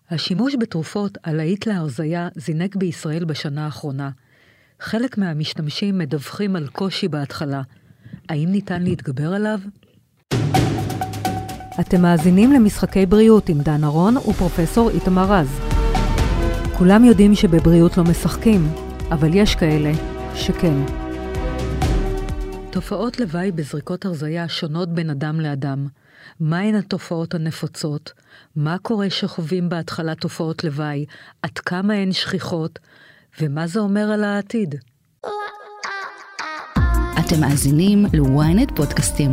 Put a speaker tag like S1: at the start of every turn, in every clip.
S1: השימוש בתרופות הלהיט להרזיה זינק בישראל בשנה האחרונה. חלק מהמשתמשים מדווחים על קושי בהתחלה. האם ניתן להתגבר עליו? אתם מאזינים למשחקי בריאות עם דן ארון ופרופסור איתמר רז. כולם יודעים שבבריאות לא משחקים, אבל יש כאלה שכן. תופעות לוואי בזריקות הרזיה שונות בין אדם לאדם. מהן התופעות הנפוצות? מה קורה שחווים בהתחלה תופעות לוואי? עד כמה הן שכיחות? ומה זה אומר על העתיד?
S2: אתם מאזינים ל-ynet פודקאסטים.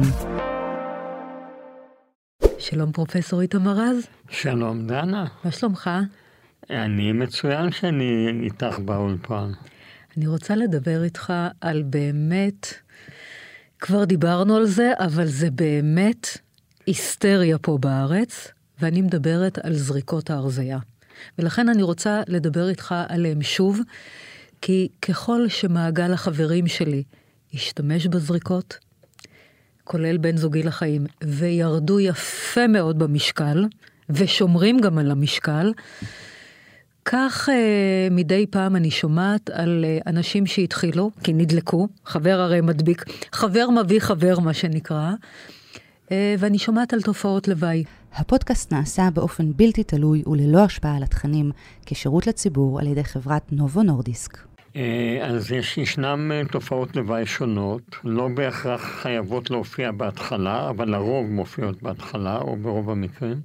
S1: שלום פרופסור איתמר רז.
S3: שלום דנה.
S1: מה שלומך?
S3: אני מצוין שאני איתך באולפן.
S1: אני רוצה לדבר איתך על באמת, כבר דיברנו על זה, אבל זה באמת היסטריה פה בארץ, ואני מדברת על זריקות ההרזיה. ולכן אני רוצה לדבר איתך עליהם שוב, כי ככל שמעגל החברים שלי השתמש בזריקות, כולל בן זוגי לחיים, וירדו יפה מאוד במשקל, ושומרים גם על המשקל, כך מדי פעם אני שומעת על אנשים שהתחילו, כי נדלקו, חבר הרי מדביק, חבר מביא חבר מה שנקרא, ואני שומעת על תופעות לוואי.
S2: הפודקאסט נעשה באופן בלתי תלוי וללא השפעה על התכנים, כשירות לציבור על ידי חברת נובו נורדיסק.
S3: אז ישנם תופעות לוואי שונות, לא בהכרח חייבות להופיע בהתחלה, אבל לרוב מופיעות בהתחלה או ברוב המקרים.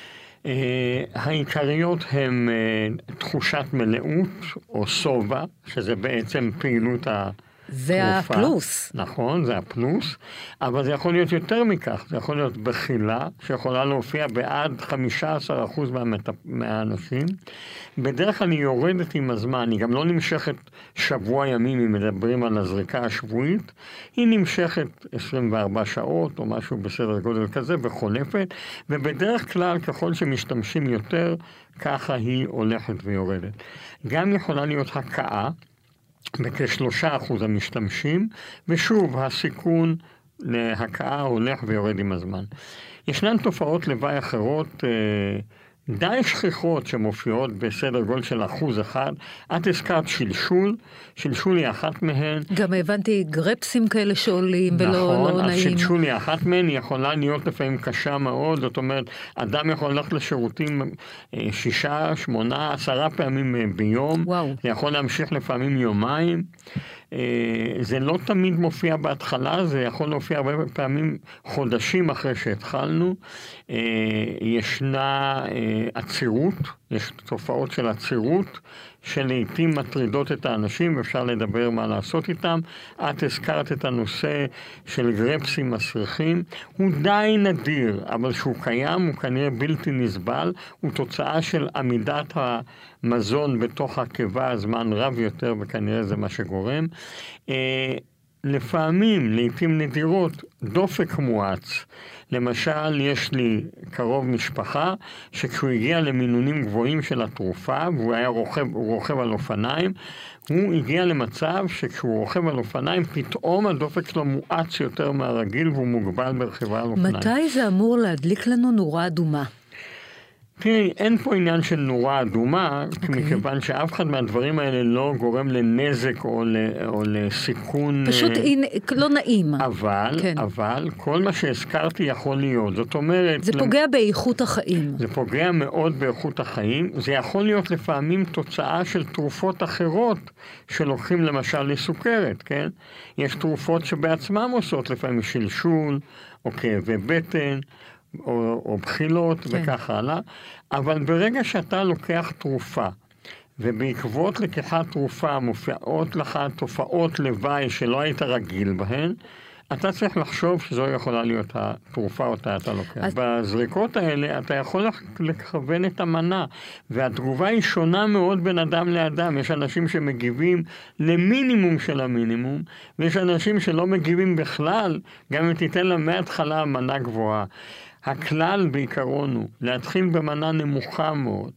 S3: העיקריות הן תחושת מלאות או סובה, שזה בעצם פעילות התרופה.
S1: זה הפלוס.
S3: נכון, זה הפלוס, אבל זה יכול להיות יותר מכך, זה יכול להיות בחילה, שיכולה להופיע בעד 15% מהאנשים. בדרך כלל היא יורדת עם הזמן, היא גם לא נמשכת שבוע ימים, אם מדברים על הזריקה השבועית, היא נמשכת 24 שעות או משהו בסדר גודל כזה וחולפת, ובדרך כלל ככל שמשתמשים יותר, ככה היא הולכת ויורדת. גם יכולה להיות הקאה, בכ3% המשתמשים, ושוב, הסיכון להקאה הולך ויורד עם הזמן. ישנן תופעות לוואי אחרות די שכיחות שמופיעות בסדר גודל של 1%. את הזכרת שלשול, שלשול היא אחת מהן.
S1: גם הבנתי גרפסים כאלה שעולים ולא
S3: נכון,
S1: לא נעים.
S3: אז שלשול היא אחת מהן, היא יכולה להיות לפעמים קשה מאוד, זאת אומרת, אדם יכול ללכת לשירותים 6, 8, 10 פעמים ביום.
S1: וואו.
S3: זה יכול להמשיך לפעמים יומיים. זה לא תמיד מופיע בהתחלה, זה יכול להופיע הרבה פעמים חודשים אחרי שהתחלנו. ישנה עצירות, יש תופעות של עצירות, שלעיתים מטרידות את האנשים, ואפשר לדבר מה לעשות איתם. את הזכרת את הנושא של גרפסים מסריחים, הוא די נדיר, אבל שהוא קיים, הוא כנראה בלתי נסבל, הוא תוצאה של עמידת המזון בתוך הקיבה זמן רב יותר, וכנראה זה מה שגורם. לפעמים, לעתים נדירות, דופק מואץ. למשל, יש לי קרוב משפחה, שכשהוא הגיע למינונים גבוהים של התרופה, והוא היה רוכב על אופניים, הוא הגיע למצב שכשהוא רוכב על אופניים, פתאום הדופק שלו מואץ יותר מהרגיל, והוא מוגבל ברכיבה על אופניים.
S1: מתי זה אמור להדליק לנו נורה אדומה?
S3: תראי, אין פה עניין של נורה אדומה, מכיוון שאף אחד מהדברים האלה לא גורם לנזק או לסיכון.
S1: פשוט לא נעים.
S3: אבל כל מה שהזכרתי יכול להיות. זאת אומרת...
S1: זה פוגע באיכות החיים.
S3: זה פוגע מאוד באיכות החיים. זה יכול להיות לפעמים תוצאה של תרופות אחרות שלוקחים למשל לסוכרת, כן? יש תרופות שבעצמם עושות לפעמים שלשול או כאבי בטן, או בחילות כן. וכך הלאה, אבל ברגע שאתה לוקח תרופה, ובעקבות לקיחת תרופה מופיעות לך תופעות לוואי שלא היית רגיל בהן, אתה צריך לחשוב שזו יכולה להיות התרופה אותה אתה לוקח. בזריקות האלה אתה יכול לכוון את המנה, והתגובה היא שונה מאוד בין אדם לאדם. יש אנשים שמגיבים למינימום של המינימום, ויש אנשים שלא מגיבים בכלל, גם אם תיתן לה מההתחלה מנה גבוהה. הכלל בעיקרון הוא להתחיל במנה נמוכה מאוד,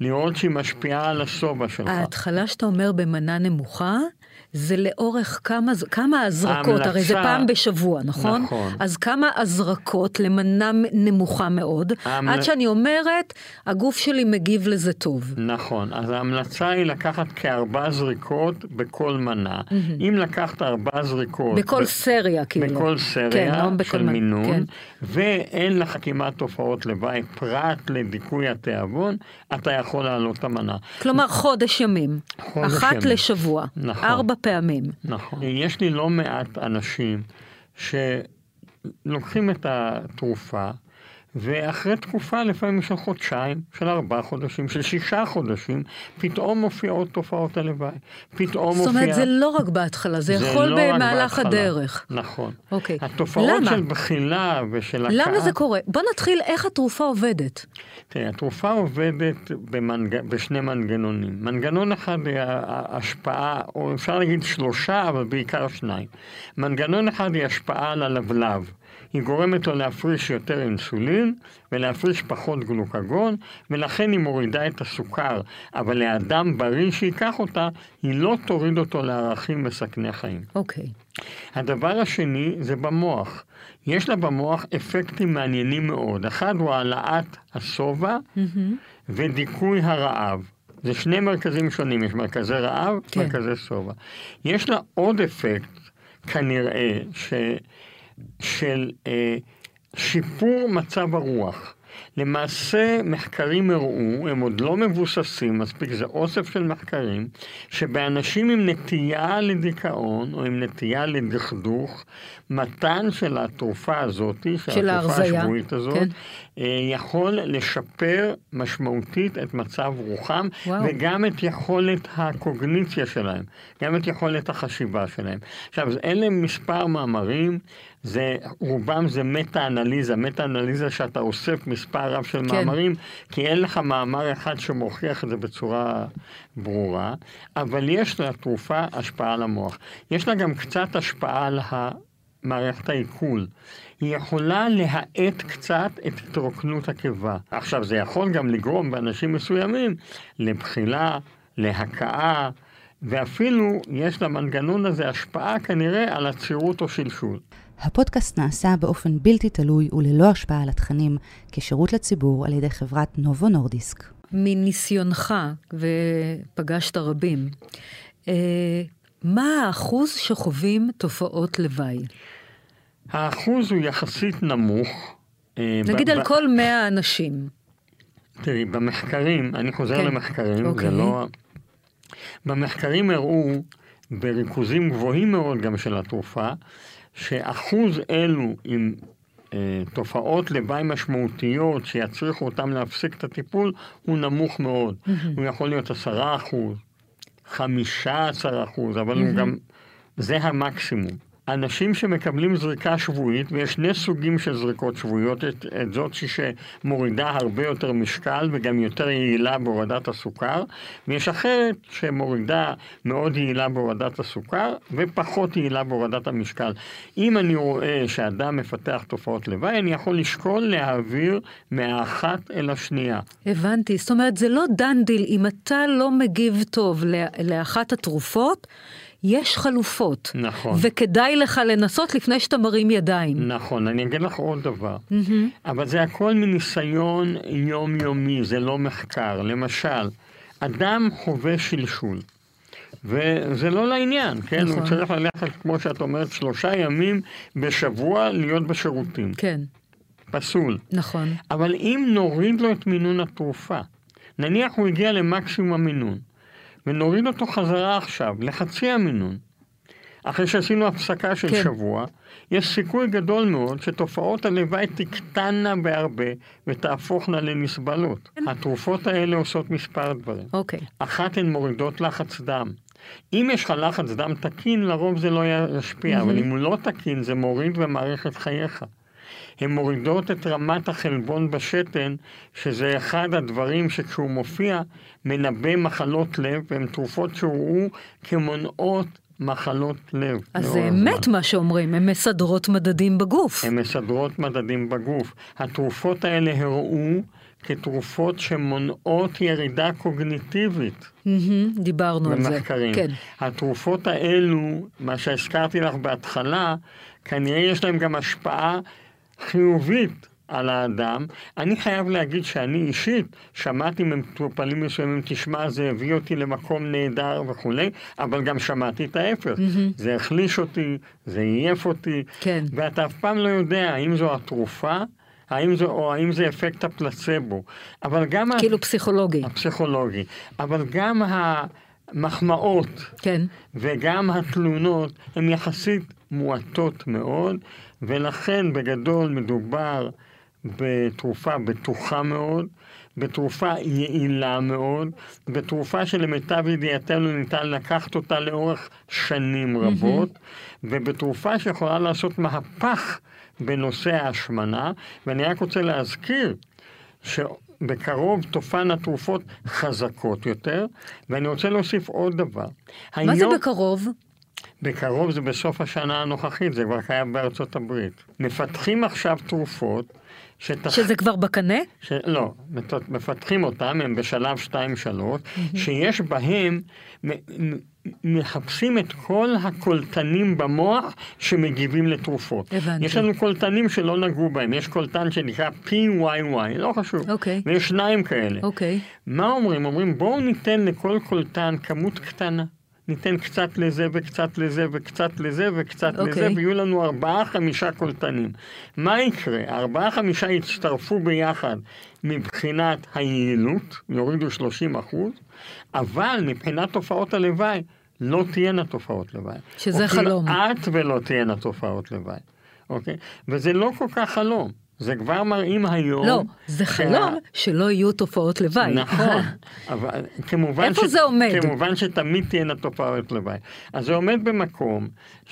S3: לראות שהיא משפיעה על הסובה שלך.
S1: ההתחלה שאתה אומר במנה נמוכה, זה לאורך כמה הזרקות, הרי זה פעם בשבוע, נכון?
S3: נכון.
S1: אז כמה הזרקות למנה נמוכה מאוד, עד שאני אומרת, הגוף שלי מגיב לזה טוב.
S3: נכון, אז ההמלצה היא לקחת כ4 זריקות בכל מנה. אם לקחת 4 זריקות...
S1: בכל סריה, כאילו.
S3: בכל סריה של מינון, ואין לך כמעט תופעות לוואי, פרט לדיכוי התיאבון, אתה יכול לעלות את המנה.
S1: כלומר, חודש ימים. אחת לשבוע. 4 פעמים.
S3: נכון. יש לי לא מעט אנשים שלוקחים את התרופה, ואחרי תקופה, לפעמים של חודשיים, של 4 חודשים, של 6 חודשים, פתאום מופיעות תופעות הלוואי.
S1: זאת אומרת, זה לא רק בהתחלה, זה יכול במהלך הדרך.
S3: נכון.
S1: אוקיי.
S3: התופעות של בחילה ושל הקאה...
S1: למה זה קורה? בוא נתחיל איך התרופה עובדת.
S3: תראה, התרופה עובדת בשני מנגנונים. מנגנון אחד היא ההשפעה, או אפשר להגיד 3, אבל בעיקר 2. מנגנון אחד היא השפעה על הלבלב. היא גורמת לו להפריש יותר אינסולין ולהפריש פחות גלוקגון, ולכן היא מורידה את הסוכר, אבל לאדם בריא שיקח אותה, היא לא תוריד אותו לערכים מסכני חיים.
S1: אוקיי.
S3: הדבר השני זה במוח. יש לה במוח אפקטים מעניינים מאוד. אחד הוא העלאת הסובה ודיכוי הרעב. זה 2 מרכזים שונים, יש מרכזי רעב, כן. מרכזי סובה. יש לה עוד אפקט, כנראה, של שיפור מצב הרוח. למעשה מחקרים הראו, הם עוד לא מבוססים, מספיק זה אוסף של מחקרים, שבאנשים עם נטייה לדיכאון או עם נטייה לדכדוך, מתן של התרופה הזאת, של התרופה השבועית הזאת, כן. יכול לשפר משמעותית את מצב רוחם, וואו. וגם את יכולת הקוגניציה שלהם, גם את יכולת החשיבה שלהם. עכשיו, אלה מספר מאמרים, רובם זה מטה-אנליזה, מטה-אנליזה שאתה אוסף מספר רב של מאמרים, כי אין לך מאמר אחד שמוכיח את זה בצורה ברורה, אבל יש לתרופה השפעה על המוח. יש לה גם קצת השפעה על מערכת העיכול. היא יכולה להאט קצת את התרוקנות הקיבה. עכשיו, זה יכול גם לגרום באנשים מסוימים לבחילה, להקאה, ואפילו יש למנגנון הזה השפעה כנראה על עצירות או שלשול.
S2: הפודקאסט נעשה באופן בלתי תלוי וללא השפעה על התכנים כשירות לציבור על ידי חברת נובו נורדיסק.
S1: מניסיונך, ופגשת רבים, מה האחוז שחווים תופעות לוואי?
S3: האחוז הוא יחסית נמוך.
S1: נגיד על כל 100 אנשים.
S3: תראי, במחקרים, אני חוזר למחקרים, זה לא... במחקרים הראו, בריכוזים גבוהים מאוד גם של התרופה, שאחוז אלו עם תופעות לוואי משמעותיות שיצריכו אותם להפסיק את הטיפול, הוא נמוך מאוד. הוא יכול להיות 10%, 15%, אבל הוא גם, זה המקסימום. אנשים שמקבלים זריקה שבועית, ויש 2 סוגים של זריקות שבועיות, את זאת שמורידה הרבה יותר משקל וגם יותר יעילה בהורדת הסוכר, ויש אחרת שמורידה מאוד יעילה בהורדת הסוכר ופחות יעילה בהורדת המשקל. אם אני רואה שאדם מפתח תופעות לוואי, אני יכול לשקול להעביר מהאחת אל השנייה.
S1: הבנתי, זאת אומרת זה לא דנדיל, אם אתה לא מגיב טוב לאחת התרופות, יש חלופות.
S3: נכון.
S1: וכדאי לך לנסות לפני שאתה מרים ידיים.
S3: נכון, אני אגיד לך עוד דבר. אבל זה הכל מניסיון יומיומי, זה לא מחקר. למשל, אדם חווה שלשול. וזה לא לעניין, כן? נכון. הוא צריך ללכת, כמו שאת אומרת, 3 ימים בשבוע להיות בשירותים.
S1: כן.
S3: פסול.
S1: נכון.
S3: אבל אם נוריד לו את מינון התרופה, נניח הוא הגיע למקסימום המינון, ונוריד אותו חזרה עכשיו, לחצי המינון. אחרי שעשינו הפסקה של שבוע, יש סיכוי גדול מאוד שתופעות הלוואי תקטנה בהרבה ותהפוכנה לנסבלות. התרופות האלה עושות מספר דברים. אחת הן מורידות לחץ דם. אם יש לך לחץ דם תקין, לרוב זה לא ישפיע, אבל אם הוא לא תקין, זה מוריד ומעריך את חייך. הן מורידות את רמת החלבון בשתן, שזה אחד הדברים שכשהוא מופיע, מנבא מחלות לב, והן תרופות שהוראו כמונעות מחלות לב.
S1: אז זה אמת מה שאומרים, הן מסדרות מדדים בגוף.
S3: הן מסדרות מדדים בגוף. התרופות האלה הראו כתרופות שמונעות ירידה קוגניטיבית.
S1: דיברנו על זה.
S3: במחקרים. כן. התרופות האלו, מה שהזכרתי לך בהתחלה, כנראה יש להם גם השפעה חיובית על האדם. אני חייב להגיד שאני אישית שמעתי ממטופלים מסוימים, תשמע, זה הביא אותי למקום נהדר וכו', אבל גם שמעתי את ההפך. זה החליש אותי, זה עייף אותי,
S1: כן.
S3: ואתה אף פעם לא יודע האם זו התרופה, האם זה אפקט הפלצבו. אבל גם
S1: כאילו פסיכולוגי.
S3: הפסיכולוגי. אבל גם המחמאות,
S1: כן.
S3: וגם התלונות הן יחסית מועטות מאוד, ולכן בגדול מדובר בתרופה בטוחה מאוד, בתרופה יעילה מאוד, בתרופה שלמיטב ידיעתנו ניתן לקחת אותה לאורך שנים רבות, ובתרופה שיכולה לעשות מהפך בנושא ההשמנה. ואני רק רוצה להזכיר שבקרוב תופענה תרופות חזקות יותר, ואני רוצה להוסיף עוד דבר.
S1: מה זה בקרוב?
S3: בקרוב זה בסוף השנה הנוכחית, זה כבר קיים בארצות הברית. מפתחים עכשיו תרופות
S1: שזה כבר בקנה?
S3: לא, מפתחים אותם, הם בשלב 2-3, שיש בהם, מחפשים את כל הקולטנים במוח שמגיבים לתרופות.
S1: הבנתי.
S3: יש לנו קולטנים שלא נגעו בהם, יש קולטן שנקרא PYY, לא חשוב.
S1: אוקיי.
S3: ויש 2 כאלה.
S1: אוקיי.
S3: מה אומרים? אומרים, בואו ניתן לכל קולטן כמות קטנה. ניתן קצת לזה וקצת לזה וקצת לזה וקצת לזה, ויהיו לנו 4-5 קולטנים. מה יקרה? 4-5 יצטרפו ביחד מבחינת היעילות, יורידו 30%, אבל מבחינת תופעות הלוואי, לא תהיינה תופעות לוואי.
S1: שזה חלום.
S3: כמעט ולא תהיינה תופעות לוואי. אוקיי? וזה לא כל כך חלום. זה כבר מראים היום...
S1: לא, זה חלום שלא יהיו תופעות לוואי.
S3: נכון, אבל כמובן...
S1: איפה זה עומד?
S3: כמובן שתמיד תהיינה תופעות לוואי. אז זה עומד במקום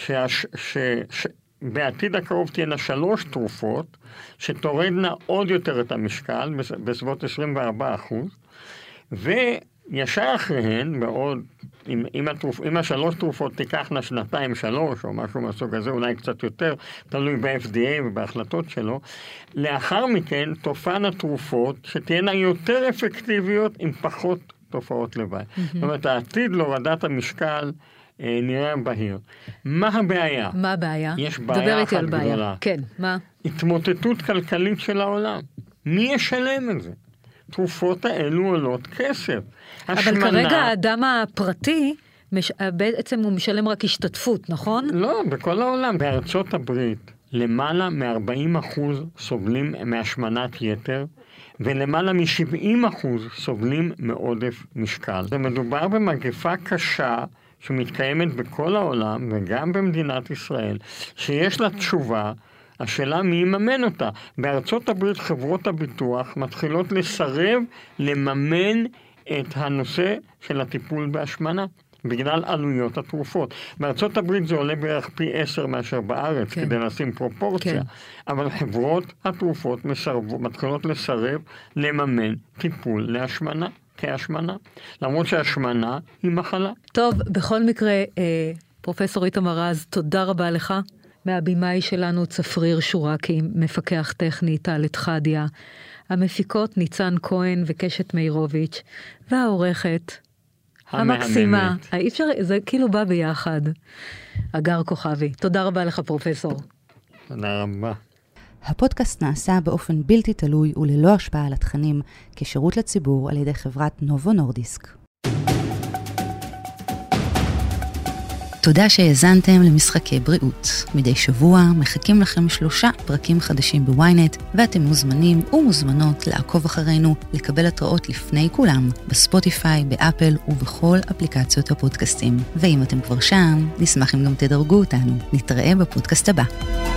S3: שבעתיד הקרוב תהיינה 3 תרופות, שתורדנה עוד יותר את המשקל, בסביבות 24%, וישר אחריהן, בעוד... אם 3 תרופות תיקחנה 2-3 או משהו מהסוג הזה, אולי קצת יותר, תלוי ב-FDA ובהחלטות שלו, לאחר מכן תופענה תרופות שתהיינה יותר אפקטיביות עם פחות תופעות לוואי. זאת אומרת, העתיד להורדת המשקל נראה בהיר. מה הבעיה?
S1: מה הבעיה?
S3: יש בעיה אחת גדולה.
S1: כן, מה?
S3: התמוטטות כלכלית של העולם. מי ישלם את זה? תרופות האלו עולות כסף.
S1: אבל כרגע האדם הפרטי, בעצם הוא משלם רק השתתפות, נכון?
S3: לא, בכל העולם. בארצות הברית, למעלה מ-40% סובלים מהשמנת יתר, ולמעלה מ-70% סובלים מעודף משקל. זה מדובר במגפה קשה שמתקיימת בכל העולם, וגם במדינת ישראל, שיש לה תשובה, השאלה מי יממן אותה. בארצות הברית חברות הביטוח מתחילות לסרב לממן את הנושא של הטיפול בהשמנה, בגלל עלויות התרופות. בארצות הברית זה עולה בערך פי 10 מאשר בארץ, כן. כדי לשים פרופורציה. כן. אבל חברות התרופות מתחילות לסרב לממן טיפול להשמנה, כהשמנה. למרות שהשמנה היא מחלה.
S1: טוב, בכל מקרה, פרופסור איתמר רז, תודה רבה לך. מהבימאי שלנו צפריר שורקי, מפקח טכני טל חדיה, המפיקות ניצן כהן וקשת מאירוביץ', והעורכת המקסימה, אפשר, זה כאילו בא ביחד, אגר כוכבי. תודה רבה לך פרופסור.
S3: תודה רבה.
S2: הפודקאסט נעשה באופן בלתי תלוי וללא השפעה על התכנים, כשירות לציבור על ידי חברת נובו נורדיסק. תודה שהאזנתם למשחקי בריאות. מדי שבוע מחכים לכם 3 פרקים חדשים בוויינט, ואתם מוזמנים ומוזמנות לעקוב אחרינו, לקבל התראות לפני כולם, בספוטיפיי, באפל ובכל אפליקציות הפודקאסטים. ואם אתם כבר שם, נשמח אם גם תדרגו אותנו. נתראה בפודקאסט הבא.